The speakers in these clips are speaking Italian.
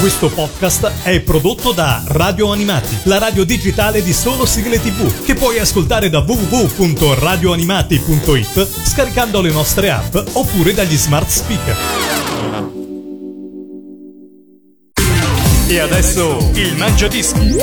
Questo podcast è prodotto da Radio Animati, la radio digitale di solo sigle TV, che puoi ascoltare da www.radioanimati.it scaricando le nostre app oppure dagli smart speaker. E adesso il Mangiadischi.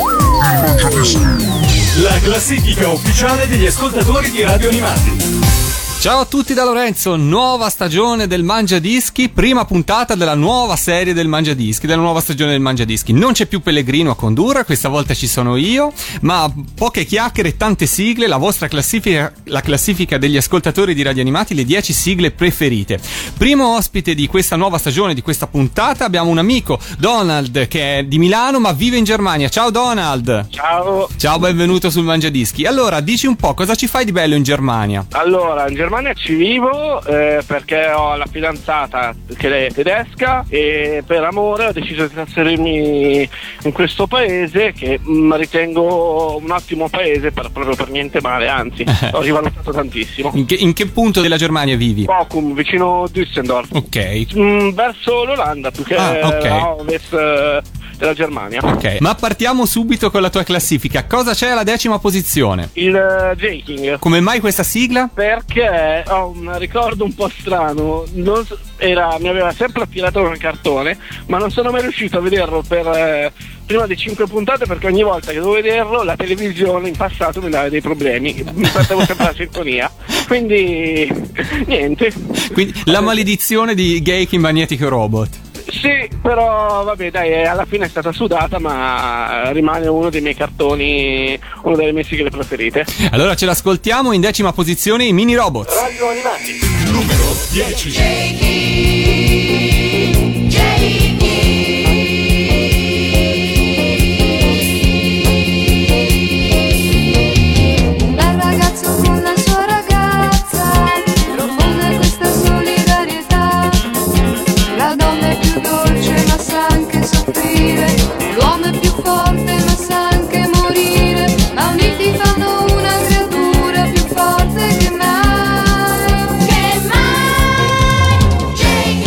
La classifica ufficiale degli ascoltatori di Radio Animati. Ciao a tutti da Lorenzo, nuova stagione del Mangiadischi, prima puntata della nuova serie del Mangiadischi, della nuova stagione del Mangiadischi. Non c'è più Pellegrino a condurre, questa volta ci sono io, ma poche chiacchiere e tante sigle, la vostra classifica, la classifica degli ascoltatori di Radio Animati, le 10 sigle preferite. Primo ospite di questa nuova stagione, di questa puntata, abbiamo un amico, Donald, che è di Milano ma vive in Germania. Ciao Donald! Ciao! Ciao, benvenuto sul Mangiadischi. Allora, dici un po', cosa ci fai di bello in Germania? Allora, in Germania ci vivo perché ho la fidanzata che è tedesca e per amore ho deciso di trasferirmi in questo paese che ritengo un ottimo paese proprio per niente male, anzi l'ho rivalutato tantissimo. In che punto della Germania vivi? Bochum, vicino Düsseldorf. Ok. Verso l'Olanda più che okay. a ovest della Germania. Ok, ma partiamo subito con la tua classifica. Cosa c'è alla 10ª posizione? Il J-King. Come mai questa sigla? Perché ho un ricordo un po' strano. Mi aveva sempre attirato un cartone, ma non sono mai riuscito a vederlo per prima di 5 puntate, perché ogni volta che dovevo vederlo la televisione in passato mi dava dei problemi, mi perdevo sempre la sintonia, quindi niente. Quindi la maledizione di Geiking Magnetico Robot. Sì, però vabbè dai, alla fine è stata sudata, ma rimane uno dei miei cartoni, una delle mie sigle preferite. Allora ce l'ascoltiamo. In 10ª posizione i Mini Robots. Radio Animati numero 10. L'uomo è più forte ma sa anche morire, ma uniti fanno una creatura più forte che mai. Che mai?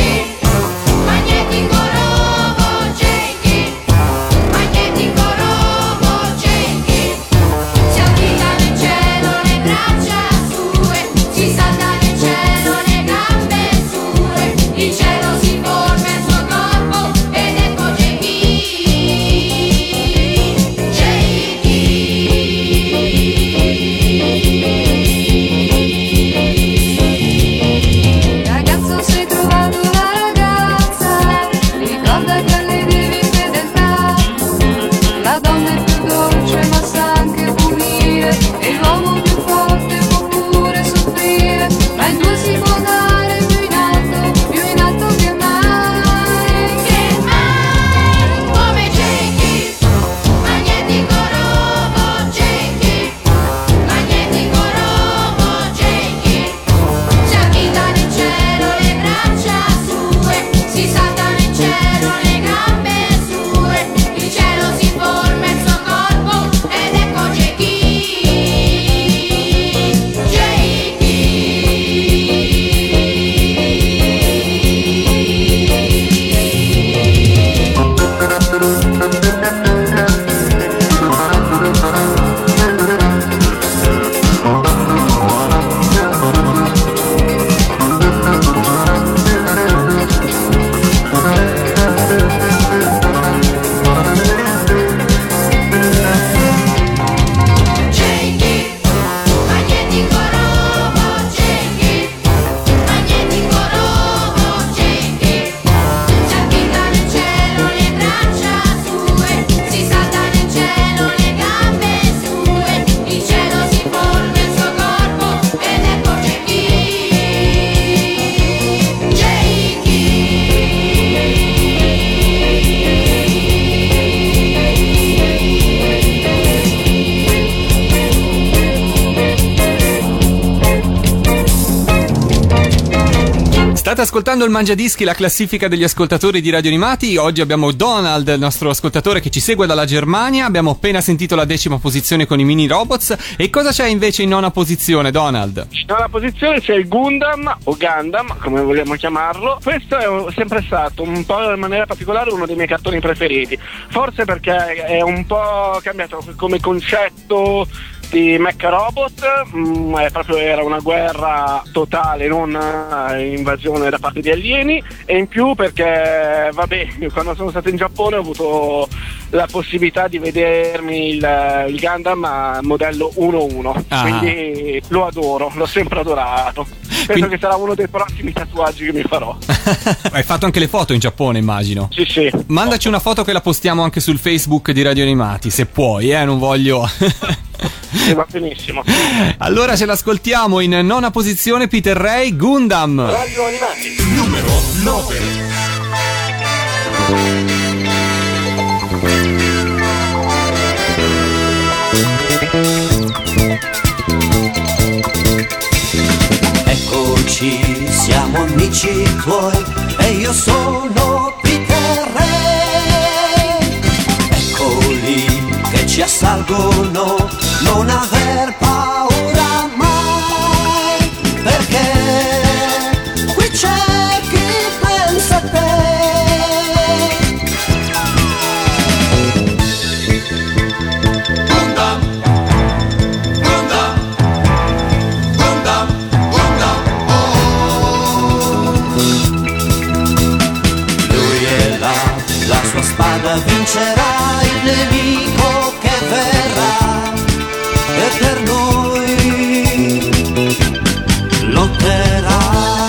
State ascoltando il Mangiadischi, la classifica degli ascoltatori di Radio Animati. Oggi abbiamo Donald, il nostro ascoltatore che ci segue dalla Germania. Abbiamo appena sentito la 10ª posizione con i mini robots. E cosa c'è invece in 9ª posizione, Donald? In 9ª posizione c'è il Gundam, o Gundam, come vogliamo chiamarlo. Questo è sempre stato, un po' in maniera particolare, uno dei miei cartoni preferiti. Forse perché è un po' cambiato come concetto di Mecha Robot, era una guerra totale, non invasione da parte di alieni, e in più perché quando sono stato in Giappone ho avuto la possibilità di vedermi il Gundam modello 1-1, quindi lo adoro, l'ho sempre adorato. Penso che sarà uno dei prossimi tatuaggi che mi farò. Hai fatto anche le foto in Giappone, immagino. Sì. Mandaci una foto che la postiamo anche sul Facebook di Radio Animati, se puoi, non voglio. Sì, va benissimo. Allora ce l'ascoltiamo in 9ª posizione, Peter Ray, Gundam. Radio Animati numero 9. Eccoci, siamo amici tuoi e io sono Peter Ray. Eccoli che ci assalgono, non aver paura mai, perché qui c'è chi pensa a te. Gundam, Gundam, Gundam, Gundam, oh. Lui è la sua spada vincerà il nemico che verrà, e per noi lotterà.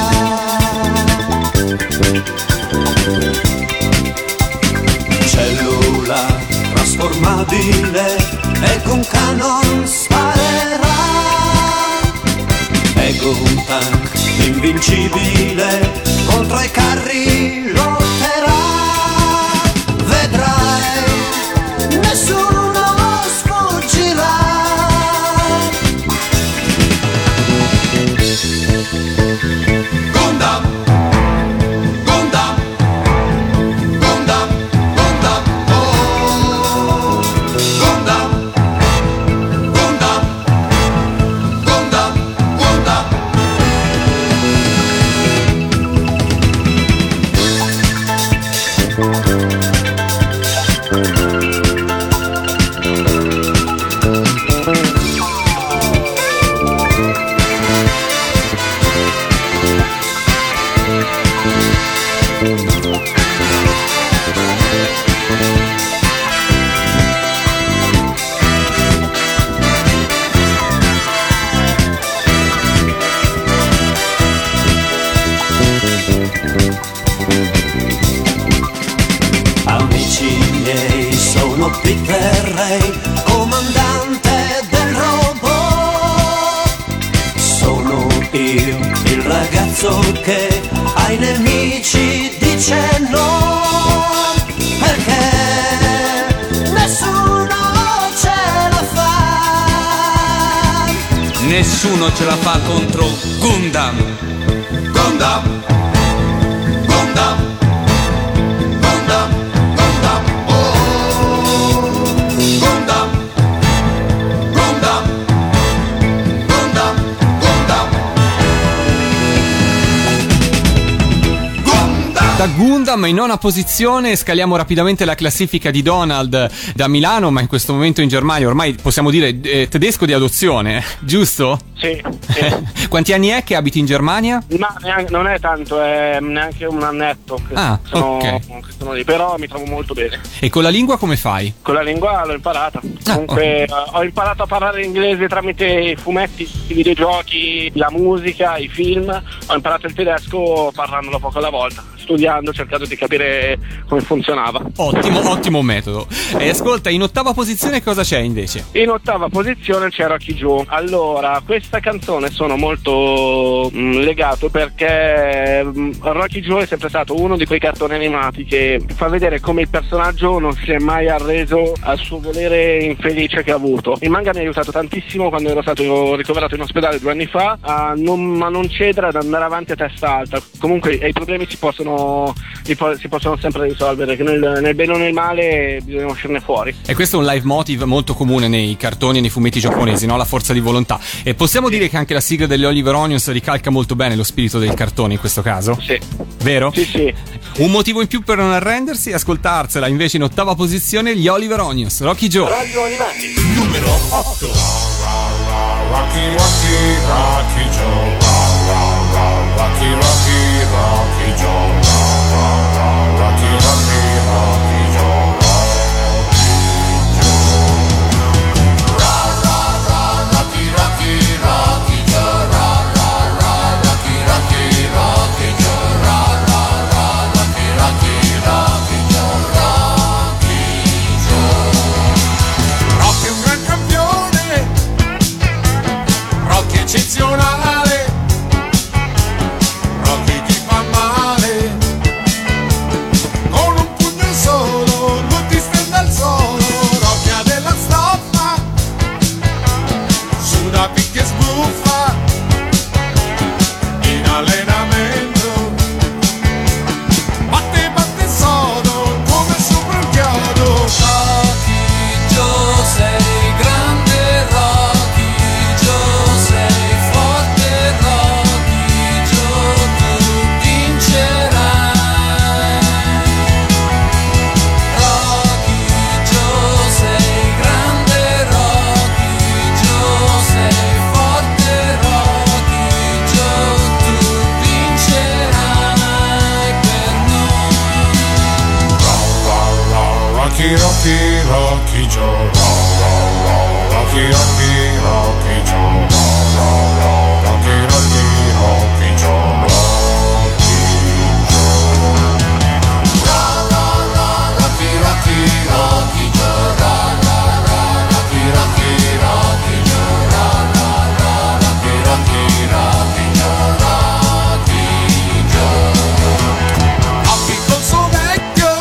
Cellula trasformabile e con canon sparerà, e con un tank invincibile contro i carri lotterà. Vedrai, nessuno sfuggirà. Gundam, Gundam, Gundam, Gundam, oh. Gundam, Gundam, Gundam, Gundam. Amici miei, sono Peter Ray, comandante del robot. Sono io, il ragazzo che ai nemici dice no, perché nessuno ce la fa. Nessuno ce la fa contro Gundam. Gundam, Gundam, Gundam, Gundam, oh. Gundam, Gundam, Gundam, Gundam, Gundam. Da Gundam in 9ª posizione scaliamo rapidamente la classifica di Donald da Milano, ma in questo momento in Germania, ormai possiamo dire tedesco di adozione, giusto? Sì. Quanti anni è che abiti in Germania? Ma non è tanto, è neanche un annetto che ok. che sono lì, però mi trovo molto bene. E con la lingua come fai? Con la lingua l'ho imparata. Comunque ho imparato a parlare inglese tramite i fumetti, i videogiochi, la musica, i film. Ho imparato il tedesco parlandolo poco alla volta. studiando, cercando di capire come funzionava. Ottimo metodo. E ascolta, in ottava posizione cosa c'è invece? In ottava posizione c'è Rocky Joe. Allora, questa canzone sono molto legato perché Rocky Joe è sempre stato uno di quei cartoni animati che fa vedere come il personaggio non si è mai arreso al suo volere infelice che ha avuto. Il manga mi ha aiutato tantissimo quando ero stato ricoverato in ospedale 2 anni fa a non cedere, ad andare avanti a testa alta. Comunque i problemi si possono sempre risolvere, che nel bene o nel male bisogna uscirne fuori. E questo è un leitmotiv molto comune nei cartoni e nei fumetti giapponesi, no? La forza di volontà. E possiamo dire che anche la sigla degli Oliver Onions ricalca molto bene lo spirito del cartone in questo caso? Sì. Vero? Sì. Un motivo in più per non arrendersi e ascoltarsela invece in ottava posizione gli Oliver Onions, Rocky Joe. Radio Animati numero 8. Rocky Joe, Rocky Joe, Rocky Joe. Rocky è un gran campione, Rocky è eccezionale, Rocky ti fa male, con un pugno solo non ti stende al suolo. Rocky ha della stoffa, suda, picchia e sbuffa, in allenamento batte sodo come sopra un chiodo. Rocky Joe sei grande, Rocky Joe sei forte, Rocky Joe tu vincerai. Rocky Joe sei grande, Rocky Joe sei forte, Rocky Joe tu vincerai per noi. Rocky Joe, Rocky Joe, Rocky Joe, Rocky Joe, Rocky col suo vecchio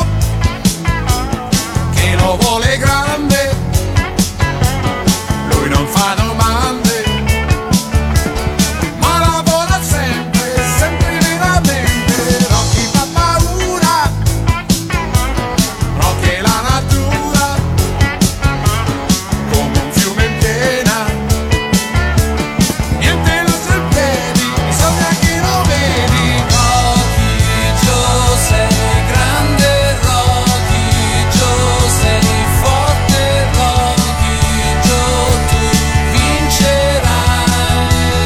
che lo vuole grande, lui non fa domande, ma lavora sempre veramente. Rocky fa paura, Rocky è la natura, come un fiume in piena, niente lo sta in piedi, bisogna che lo vedi. Rocky Joe sei grande, Rocky Joe sei forte, Rocky Joe tu vincerai.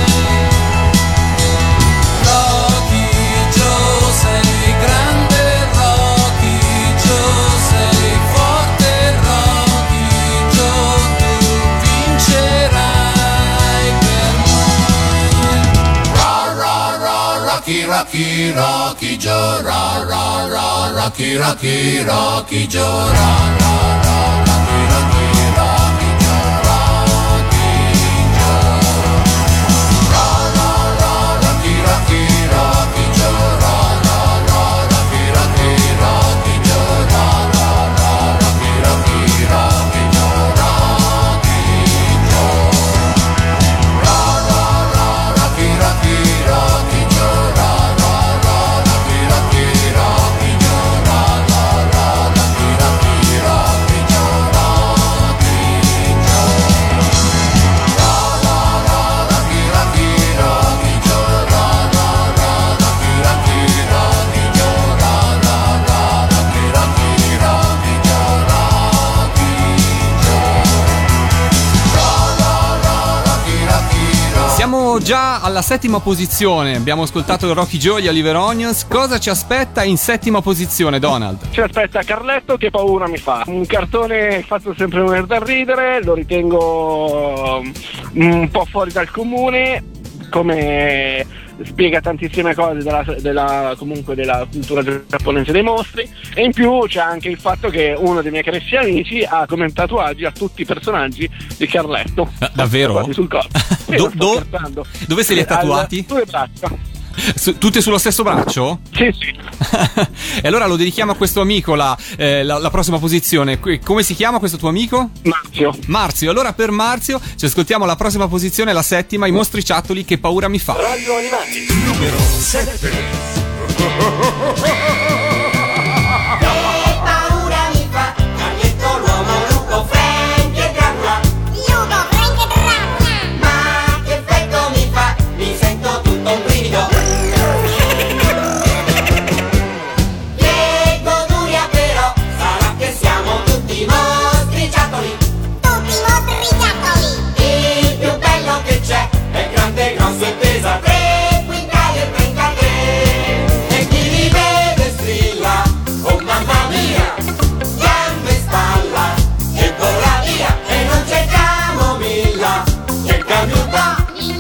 Rocky Joe sei grande, Rocky Joe sei forte, Rocky Joe tu vincerai per noi. Rocky Joe, Rocky Joe, Siamo già alla settima posizione, abbiamo ascoltato il Rocky Joe e gli Oliver Onions. Cosa ci aspetta in settima posizione, Donald? Ci aspetta Carletto, che paura mi fa. Un cartone fatto sempre venire da ridere, lo ritengo un po' fuori dal comune, come spiega tantissime cose comunque della cultura giapponese dei mostri, e in più c'è anche il fatto che uno dei miei carissimi amici ha come tatuaggi a tutti i personaggi di Carletto. Davvero? Sul corpo. Dove se li hai tatuati? Sulle braccia. Tutte sullo stesso braccio? Sì. E allora lo dedichiamo a questo amico la prossima posizione. Come si chiama questo tuo amico? Marzio. Allora per Marzio ci ascoltiamo la prossima posizione, la 7ª, I mostriciattoli, che paura mi fa. Radio Animati numero 7. Grosso e pesa 3 quintali e 33, e chi li vede strilla, oh mamma mia, gambe e spalla e vola via, e non c'è camomilla che cambi un po'.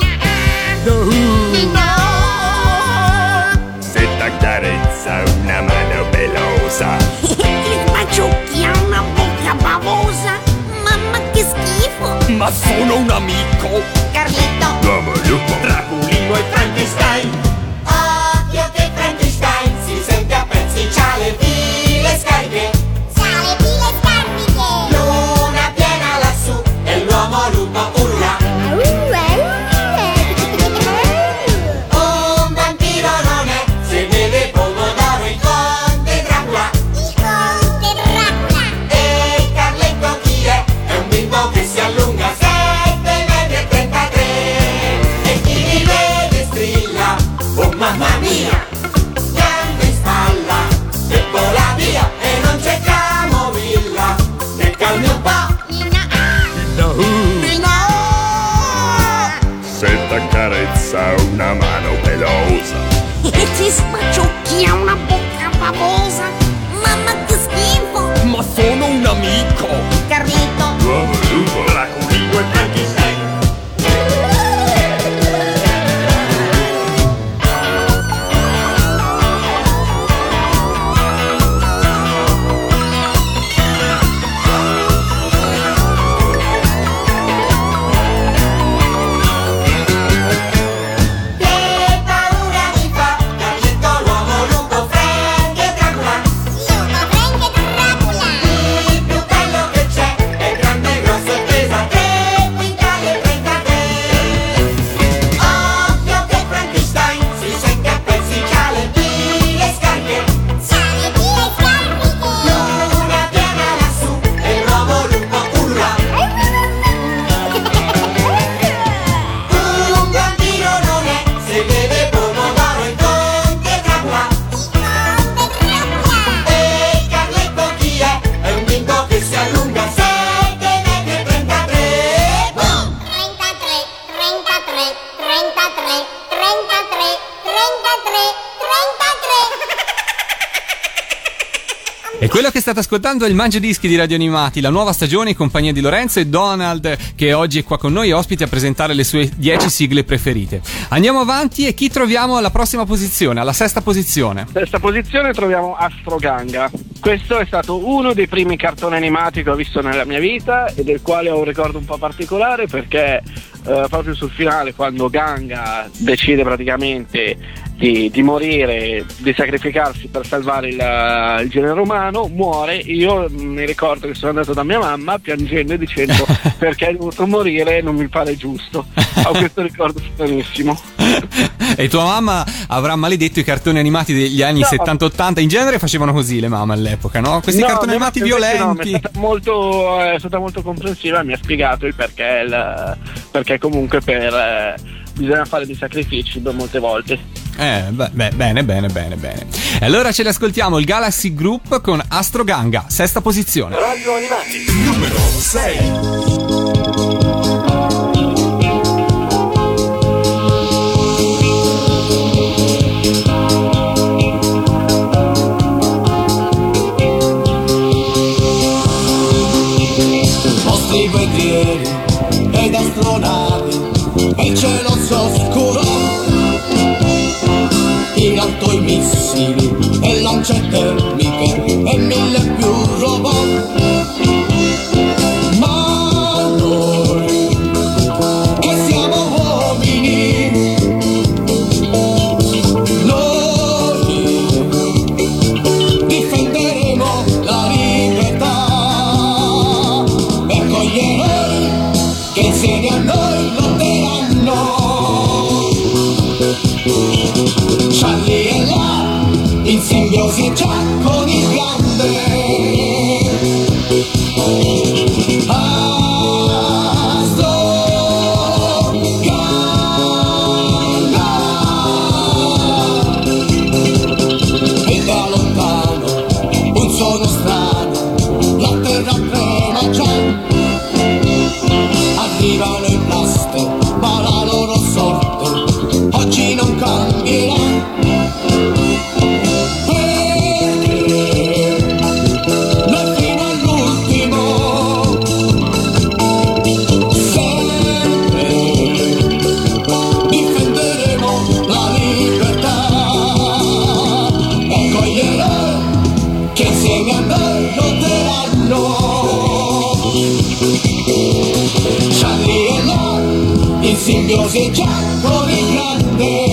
Se t'accarezza una mano pelosa, Ti sbaciucchi ha una bocca bavosa. Mamma che schifo. ma sono un amico. Carletto, Draculino e Frankenstein. Occhio che Frankenstein si sente a pezzi, c'ha le pile scariche, c'ha le pile scarpiche. luna piena lassù e l'uomo lupo urla. Un vampiro non è, se beve pomodoro il conte Dracula. Il conte Dracula. E Carletto chi è? È un bimbo che si allunga 7 metri e 33, e chi li vede strilla, oh mamma mia, gambe in spalla e vola via, e non c'è camomilla che calmi un po'. Se t'accarezza una mano pelosa, Ti sbaciucchi ha una bocca bavosa. Mamma che schifo. ma sono un amico. Carletto, Draculino e Frankenstein. Che paura mi fa, Carletto l'uomo lupo, Frank e Dracula. Lupo, Frank e Dracula. Il più bello che c'è è grande, grosso e pesa 3 quintali e 33. Occhio che Frankenstein si sente a pezzi, c'ha le pile scariche, C'ha le pile scarpiche. luna piena lassù e l'uomo lupo urla. Un vampiro non è, se beve pomodoro il conte Dracula. E Carletto chi è? È un bimbo che si allunga 7 metri e 33. 33, 33, 33, 33, 33, 33. E quello che state ascoltando è il Mangiadischi di Radio Animati, la nuova stagione in compagnia di Lorenzo e Donald, che oggi è qua con noi ospite a presentare le sue 10 sigle preferite. Andiamo avanti, e chi troviamo alla prossima posizione, alla 6ª posizione? Sesta posizione troviamo Astro Ganga. Questo è stato uno dei primi cartoni animati che ho visto nella mia vita e del quale ho un ricordo un po' particolare, perché proprio sul finale, quando Ganga decide praticamente di morire, di sacrificarsi per salvare il genere umano, muore. Io mi ricordo che sono andato da mia mamma piangendo e dicendo perché è dovuto morire, non mi pare giusto. Ho questo ricordo stranissimo. E tua mamma avrà maledetto i cartoni animati degli anni No. 70-80, in genere facevano così le mamme all'epoca, no? Questi No, cartoni animati invece violenti. no, è stata molto comprensiva e mi ha spiegato il perché, perché comunque bisogna fare dei sacrifici molte volte. Bene. E allora ce li ascoltiamo, il Galaxy Group con Astro Ganga, 6ª posizione. Radio Animati numero 6. Mostri guerrieri ed astronavi, e il cielo so scuro, terra trema già. Arrivano i blaster, ma la loro sorte oggi non cambierà. Charlie e là, il simbiosi già con il grande.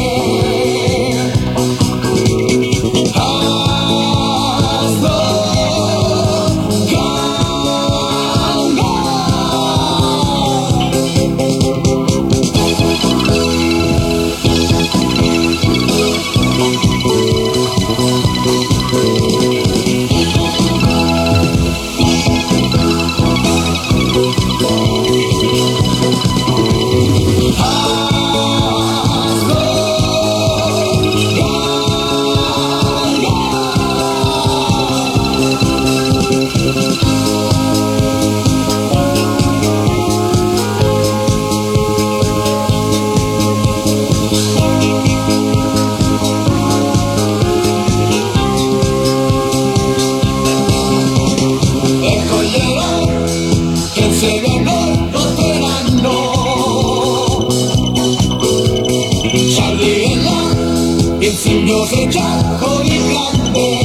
Sei già con il grande.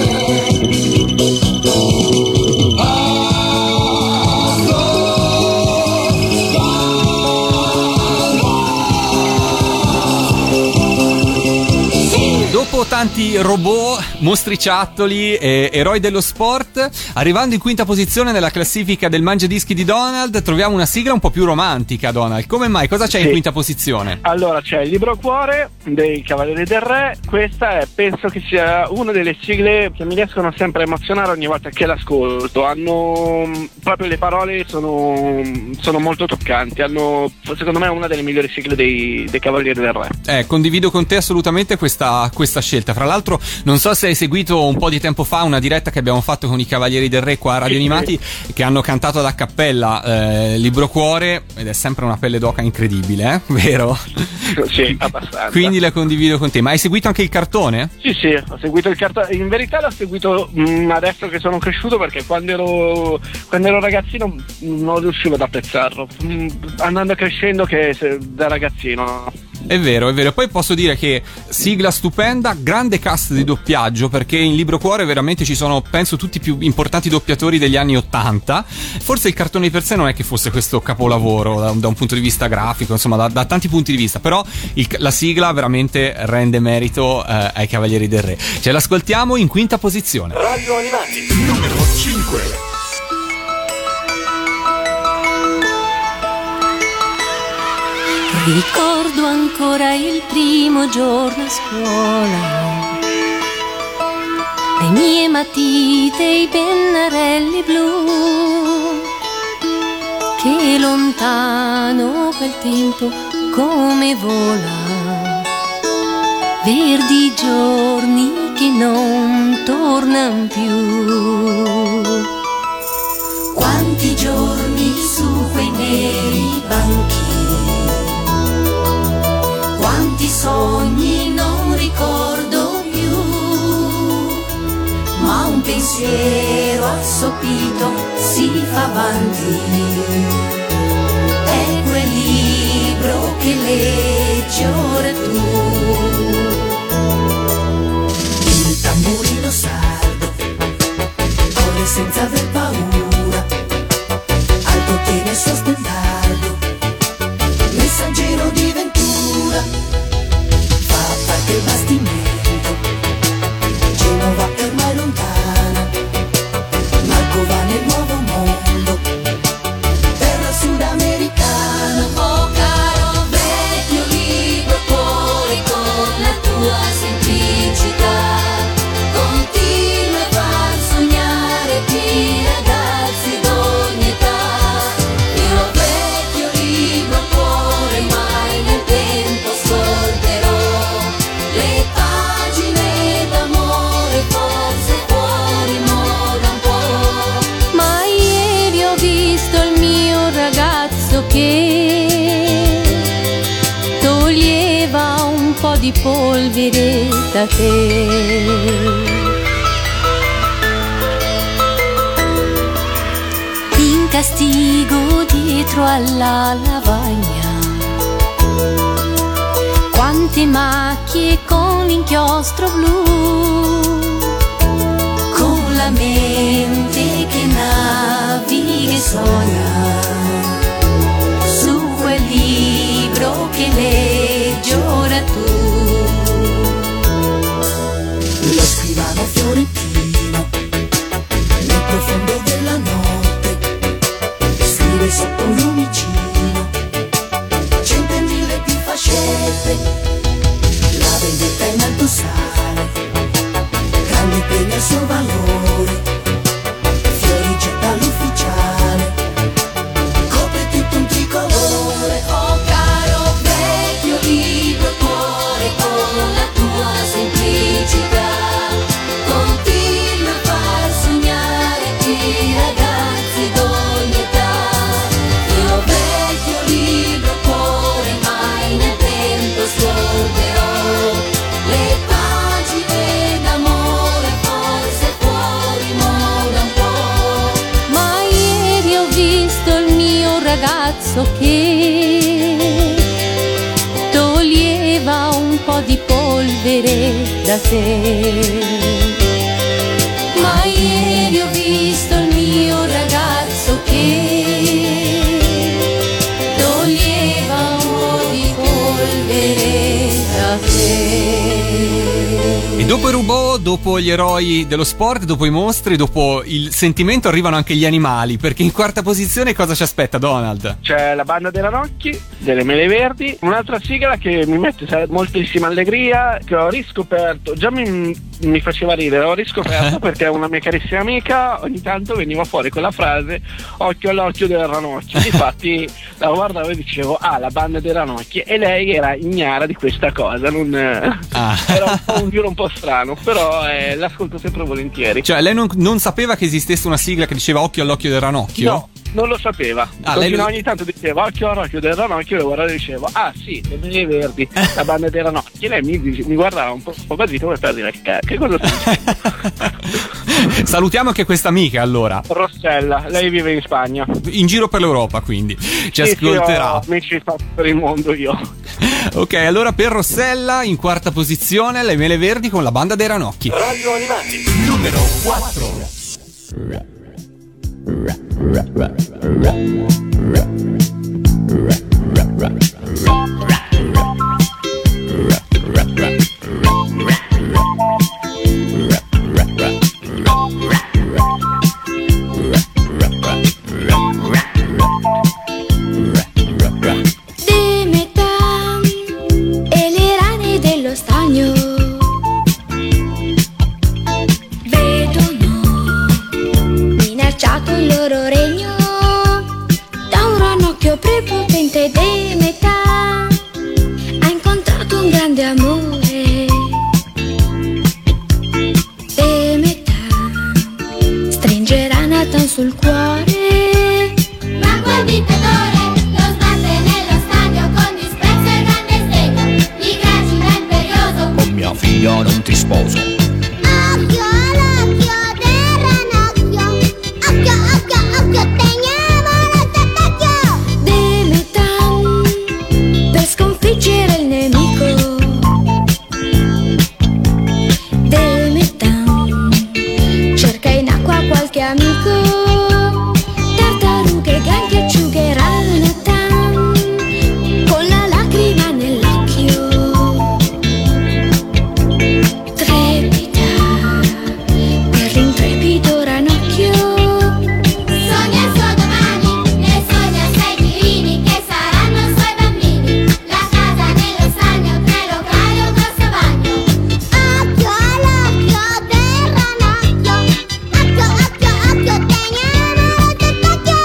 Dopo tanti robot, mostriciattoli e eroi dello sport, arrivando in quinta posizione nella classifica del Mangiadischi di Donald, troviamo una sigla un po' più romantica, Donald. Come mai? Cosa c'è in quinta posizione? Allora, c'è il Libro Cuore dei Cavalieri del Re. Questa penso che sia una delle sigle che mi riescono sempre a emozionare ogni volta che l'ascolto. Hanno proprio, le parole sono molto toccanti. Hanno, secondo me, una delle migliori sigle dei Cavalieri del Re. Condivido con te assolutamente questa scelta. Fra l'altro, non so se hai seguito un po' di tempo fa una diretta che abbiamo fatto con i Cavalieri del Re qua a Radio Animati, che hanno cantato ad a cappella Libro Cuore, ed è sempre una pelle d'oca incredibile, vero? Sì, abbastanza. Quindi la condivido con te. Ma hai seguito anche il cartone? Sì, ho seguito il cartone. In verità l'ho seguito adesso che sono cresciuto, perché quando ero ragazzino non riuscivo ad apprezzarlo. Andando crescendo che da ragazzino. È vero. Poi posso dire che sigla stupenda, grande cast di doppiaggio, perché in Libro Cuore veramente ci sono, penso, tutti i più importanti doppiatori degli anni '80. Forse il cartone di per sé non è che fosse questo capolavoro da un punto di vista grafico, insomma, da tanti punti di vista, però la sigla veramente rende merito ai Cavalieri del Re. Ce l'ascoltiamo in quinta posizione. Radio Animati, numero 5. Ricordo ancora il primo giorno a scuola, le mie matite, i pennarelli blu, che lontano quel tempo come vola, verdi giorni che non tornano più. Quanti giorni su quei neri banchi, quanti sogni non ricordo più, ma un pensiero assopito si fa avanti, è quel libro che leggi ora tu. Il tamburino sardo corre senza aver paura, al potere suo stendardo, messaggero di ventura, fa parte il bastimento, Genova è ormai lontana, Marco va nel nuovo mondo, terra sudamericana. Oh caro vecchio libro cuore, con la tua semplicità continua a far sognare i ragazzi d'ogni età. Io di polvere da te. In castigo dietro alla lavagna, quante macchie con l'inchiostro blu, con la mente che naviga e sogna su quel libro che leggi ora tu. Lo scrivano fiorentino nel profondo della notte, scrive sotto un lumicino, 100.000 più fascette, la vendetta in alto sale, grande pegna il suo valore, fiori getta l'ufficiale, copre tutto un tricolore. Oh caro vecchio libro cuore, con la tua semplicità continua a far sognare i ragazzi d'ogni età. Io vecchio libro cuore, mai nel tempo scorderò le pagine d'amore, forse fuori moda un po'. Ma ieri ho visto il mio ragazzo che toglieva un po' di polvere da te. Ma ieri ho visto il mio ragazzo che toglieva un po' di polvere da te. E dopo i robot, dopo gli eroi dello sport, dopo i mostri, dopo il sentimento arrivano anche gli animali, perché in quarta posizione cosa ci aspetta, Donald? C'è la banda dei Ranocchi, delle Mele Verdi, un'altra sigla che mi mette moltissima allegria, che ho riscoperto, già mi faceva ridere, ho riscoperto perché una mia carissima amica ogni tanto veniva fuori con la frase occhio all'occhio del ranocchio. Difatti la guardavo e dicevo la banda dei Ranocchi, e lei era ignara di questa cosa, era un giro un po' strano, però l'ascolto sempre volentieri. Cioè lei non sapeva che esistesse una sigla che diceva occhio all'occhio del ranocchio? No, non lo sapeva. Ogni tanto diceva occhio all'occhio del ranocchio, e lo guardavo e dicevo sì, le Mele Verdi, la banda dei Ranocchi, e lei mi guardava un po' basito come per dire che cosa stai dicendo? Salutiamo anche questa amica allora, Rossella, lei vive in Spagna, in giro per l'Europa, quindi ci ascolterà. Sì, amici per il mondo io. Ok, allora per Rossella in quarta posizione le Mele Verdi con la banda dei Ranocchi. Radio Animati numero 4. Di metà e le rane dello stagno vedono minacciato il loro regno da un ranocchio prepotente. De metà ha incontrato un grande amore. De metà stringerà Nathan sul cuore. Ma quel dittatore lo sbatte nello stadio con disprezzo e grande sdegno, gli gracila imperioso: Con mia figlia non ti sposo. occhio all'occhio del ranocchio, occhio, occhio, occhio, teniamo lo sott'occhio. De metà per sconfiggere il nemico. De metà cerca in acqua qualche amico. Tartarughe, granchi, acciughe, Ranatan con la lacrima nell'occhio. Trepida per l'intrepido ranocchio. Sogna il suo domani, ne sogna 6 bambini che saranno suoi bambini. La casa nello stagno, 3 locali, un grosso bagno. Occhio all'occhio del ranocchio, occhio, occhio, occhio, teniamolo sott'occhio.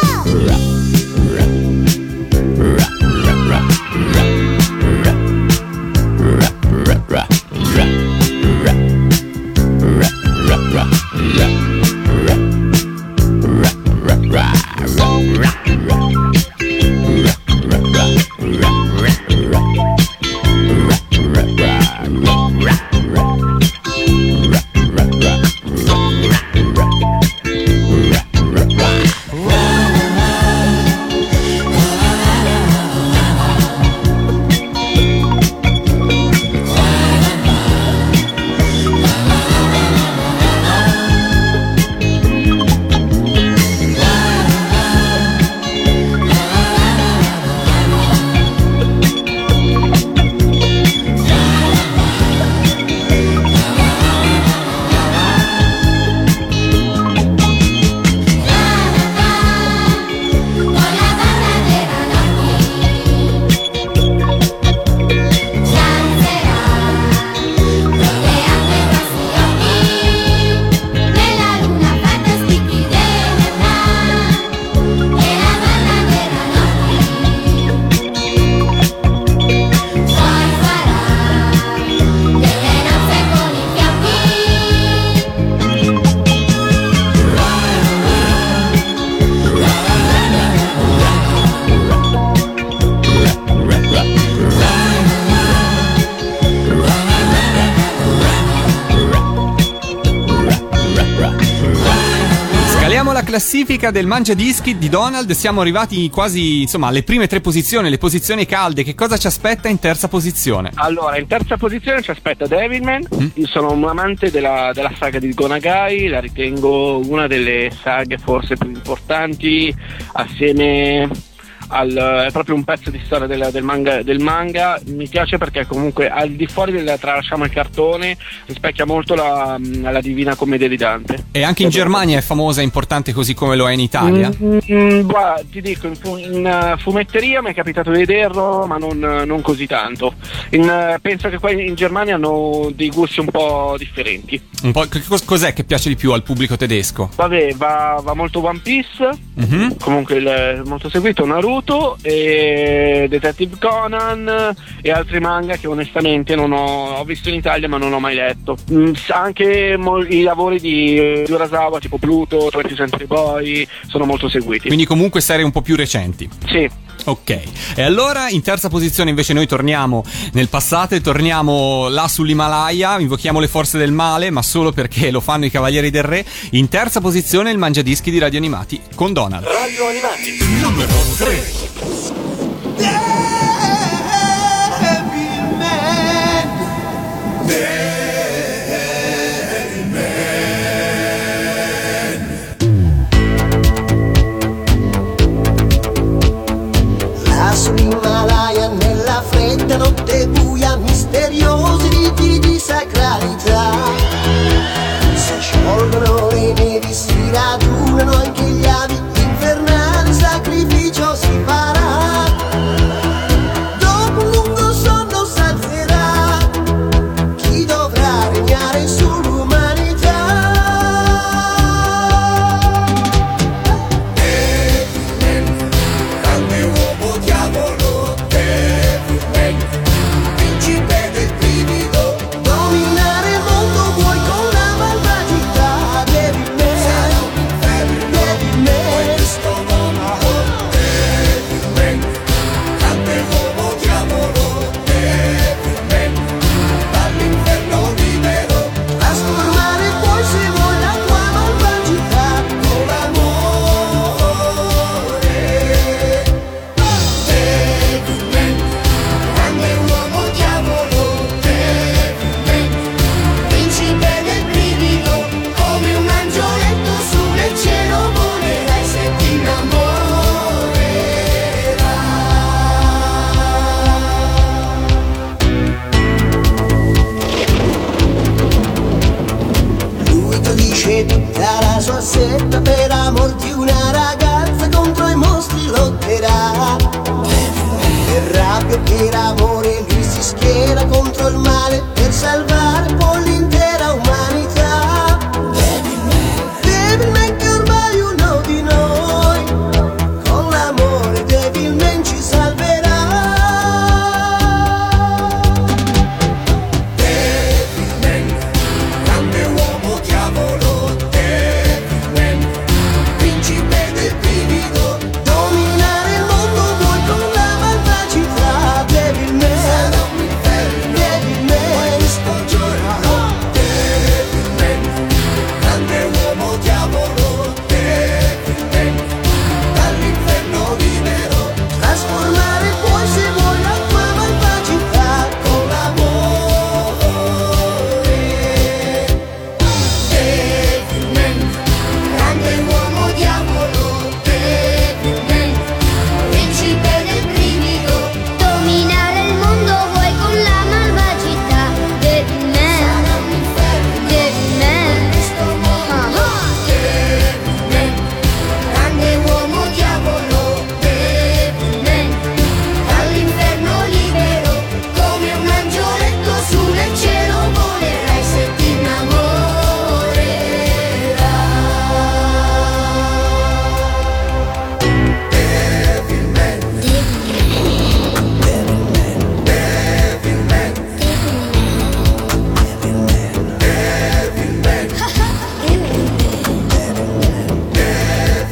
classifica del Mangiadischi di Donald siamo arrivati quasi, insomma, alle prime 3 posizioni, le posizioni calde. Che cosa ci aspetta in terza posizione? Allora, in terza posizione ci aspetta Devilman. Io sono un amante della saga di Go Nagai, la ritengo una delle saghe forse più importanti, assieme è proprio un pezzo di storia del manga. Mi piace perché comunque al di fuori tralasciamo il cartone, rispecchia molto la Divina Commedia di Dante. E anche in Germania è famosa e importante così come lo è in Italia? Guarda, ti dico, in fumetteria mi è capitato di vederlo, ma non così tanto. Penso che qua in Germania hanno dei gusti un po' differenti. Un po', cos'è che piace di più al pubblico tedesco? Vabbè, va molto One Piece, comunque molto seguito, Naruto e Detective Conan e altri manga che onestamente ho visto in Italia ma non ho mai letto. Anche i lavori di Urasawa tipo Pluto, 20th Century Boy sono molto seguiti. Quindi comunque serie un po' più recenti. Sì. Ok, e allora in terza posizione invece noi torniamo nel passato e torniamo là sull'Himalaya, invochiamo le forze del male, ma solo perché lo fanno i Cavalieri del Re. In terza posizione il Mangiadischi di Radio Animati con Donald. Radio Animati, numero 3. Sull'Himalaya nella fredda notte buia, misteriosi riti di sacralità. Si sciolgono le nevi, si radunano anche gli avi, infernale sacrificio si farà. Dopo un lungo sonno salterà chi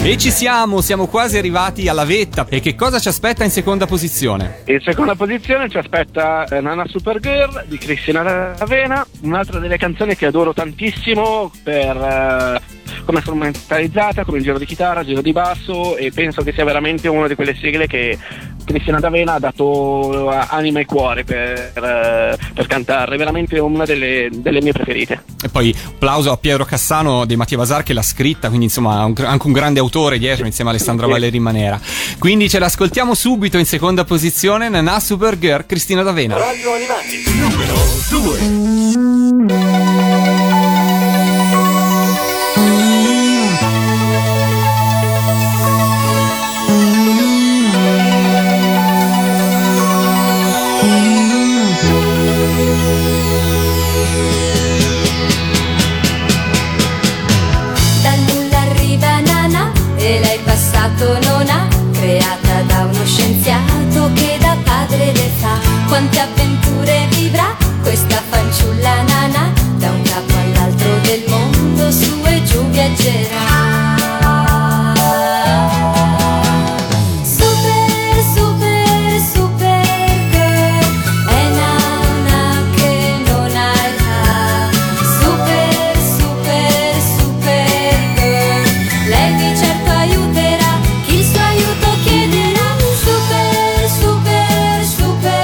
E siamo quasi arrivati alla vetta. E che cosa ci aspetta in seconda posizione? In seconda posizione ci aspetta Nana Supergirl di Cristina D'Avena, un'altra delle canzoni che adoro tantissimo per come è strumentalizzata, come il giro di chitarra, giro di basso, e penso che sia veramente una di quelle sigle che Cristina D'Avena ha dato anima e cuore per cantare, veramente una delle mie preferite. E poi applauso a Piero Cassano di Mattia Vasar che l'ha scritta, quindi insomma anche un grande autore dietro insieme a Alessandra Valeri Manera. Quindi ce l'ascoltiamo subito in seconda posizione, Nana Supergirl, Cristina D'Avena. Radio Animati numero 2. Quante avventure vivrà questa fanciulla Nana, da un capo all'altro del mondo su e giù viaggerà. Super, super, super girl, è Nana che non ha età. Super, super, super girl, lei di certo aiuterà chi il suo aiuto chiederà. Super, super, super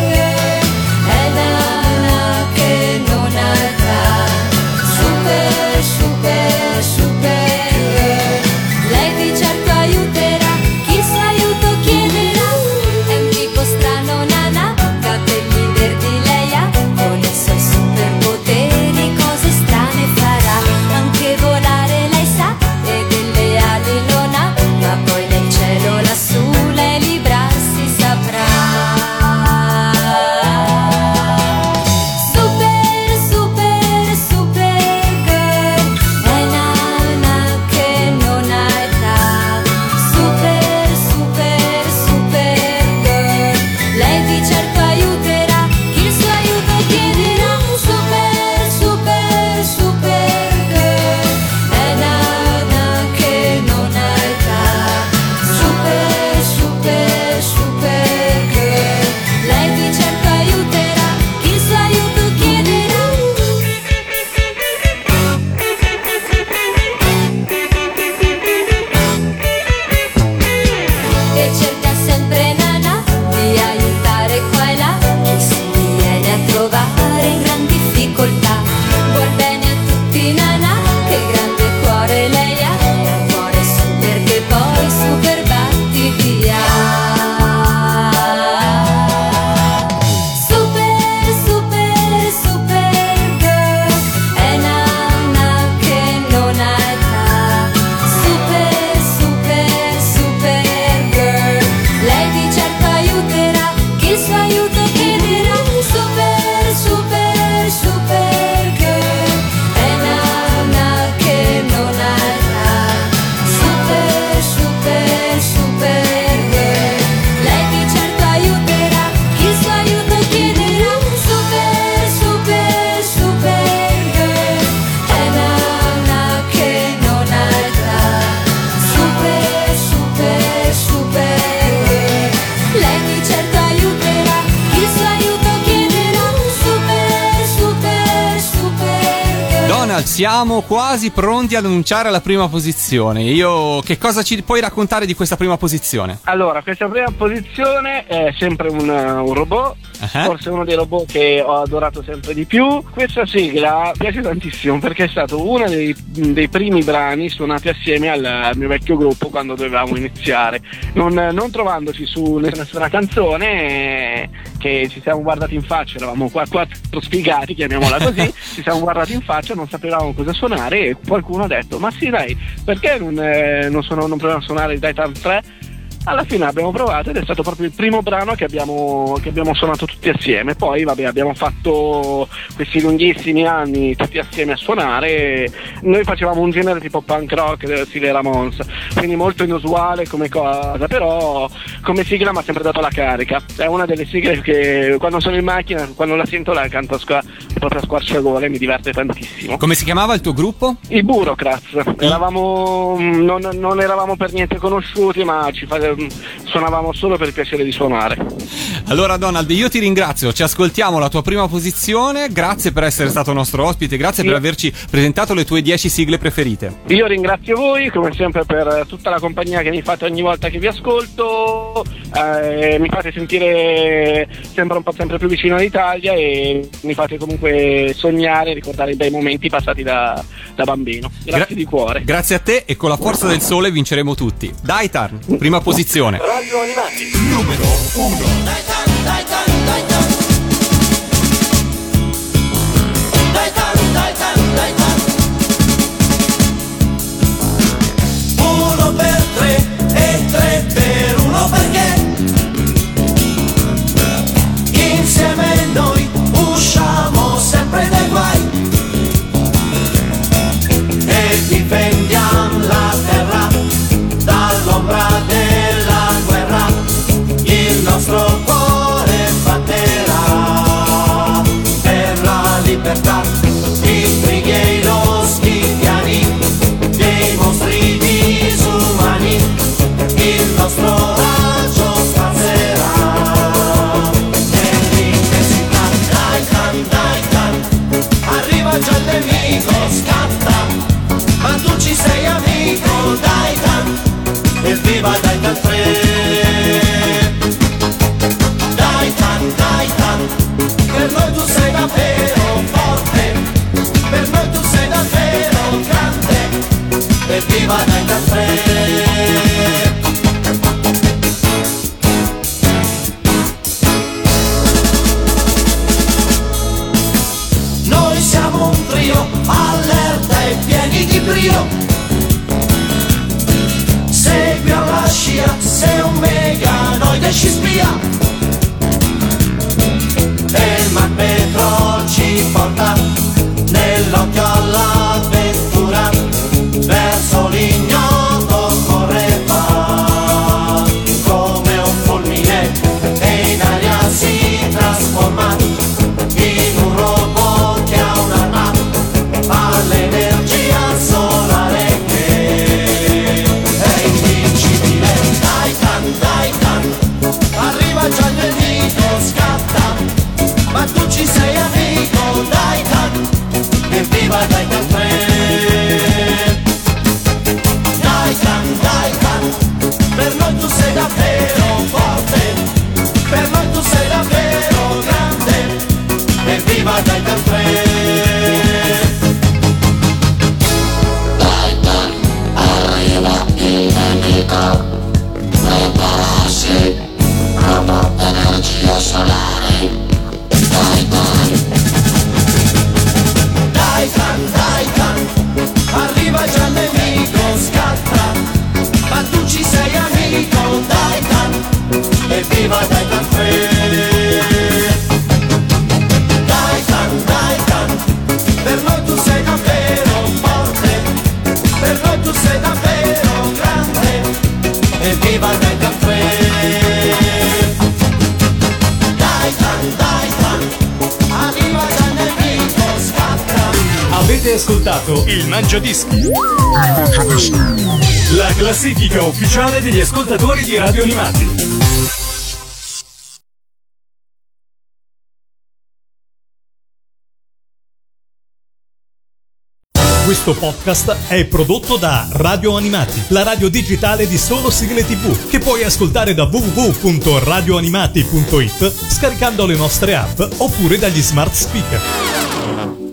Siamo quasi pronti ad annunciare la prima posizione. Che cosa ci puoi raccontare di questa prima posizione? Allora, questa prima posizione è sempre un robot, forse uno dei robot che ho adorato sempre di più. Questa sigla piace tantissimo perché è stato uno dei primi brani suonati assieme al mio vecchio gruppo quando dovevamo iniziare, non trovandoci su nessuna canzone, che ci siamo guardati in faccia, eravamo quattro sfigati, chiamiamola così, ci siamo guardati in faccia, non sapevamo cosa suonare e qualcuno ha detto: ma sì dai, perché non proviamo a suonare i Titan 3? alla fine abbiamo provato ed è stato proprio il primo brano che abbiamo suonato tutti assieme. Poi vabbè, abbiamo fatto questi lunghissimi anni tutti assieme a suonare. Noi facevamo un genere tipo punk rock stile Ramones, quindi molto inusuale come cosa, però come sigla mi ha sempre dato la carica. È una delle sigle che quando sono in macchina, quando la sento la canto proprio a squarciagole, mi diverte tantissimo. Come si chiamava il tuo gruppo? I Bureaucrats. Non eravamo per niente conosciuti, ma suonavamo solo per il piacere di suonare. Allora Donald, io ti ringrazio, ci ascoltiamo la tua prima posizione, grazie per essere stato nostro ospite, grazie per averci presentato le tue 10 sigle preferite. Io ringrazio voi come sempre per tutta la compagnia che mi fate ogni volta che vi ascolto, mi fate sentire sempre più vicino all'Italia e mi fate comunque sognare e ricordare i bei momenti passati da bambino. Grazie di cuore. Grazie a te, e con la forza del sole vinceremo tutti. Daitan, prima posizione. Radio Animati, numero 1. Daitan, Daitan, Daitan. Daitan, Daitan, Daitan. 1 per 3 e 3 per 1 perché insieme noi usciamo sempre dai guai e difendiamo la terra dall'ombra della guerra. Il nostro cuore batterà per la libertà, i brighi e i loschiviani, dei mostri disumani. Il nostro raggio spazierà nell'intensità. Daitan, Daitan, arriva già il nemico, scatta, ma tu ci sei amico. Daitan, evviva Daitan 3. Daitan, Daitan, per noi tu sei davvero forte, per noi tu sei davvero grande. Evviva Daitan 3. Noi siamo un trio allerta e pieni di brio. Segui alla scia, sei un meganoide ci spia. E il magneto ci porta nell'occhio all'avventura, verso l'ignoto correva come un fulmine e in aria si trasforma in un robot che ha un'arma all'energia solare che è invincibile. Daitan, Daitan, arriva già il nemico, scatta, ma tu ci sei amico. Daitan, evviva Daitan 3. Daitan, Daitan, per noi tu sei davvero forte, per noi tu sei davvero grande. Evviva Daitan 3. Daitan, arriva il nemico, prepararsi, robot energia solare. Daitan, Daitan, arriva già il nemico, scatta, ma tu ci sei amico. Daitan, evviva Daitan 3. Daitan, Daitan, per noi tu sei davvero forte, per noi tu sei davvero grande. Evviva Daitan 3. Daitan, Daitan, arriva già il nemico, scatta. Avete ascoltato il Mangiadischi, la classifica ufficiale degli ascoltatori di Radio Animati. Questo podcast è prodotto da Radio Animati, la radio digitale di solo sigle TV, che puoi ascoltare da www.radioanimati.it scaricando le nostre app oppure dagli smart speaker.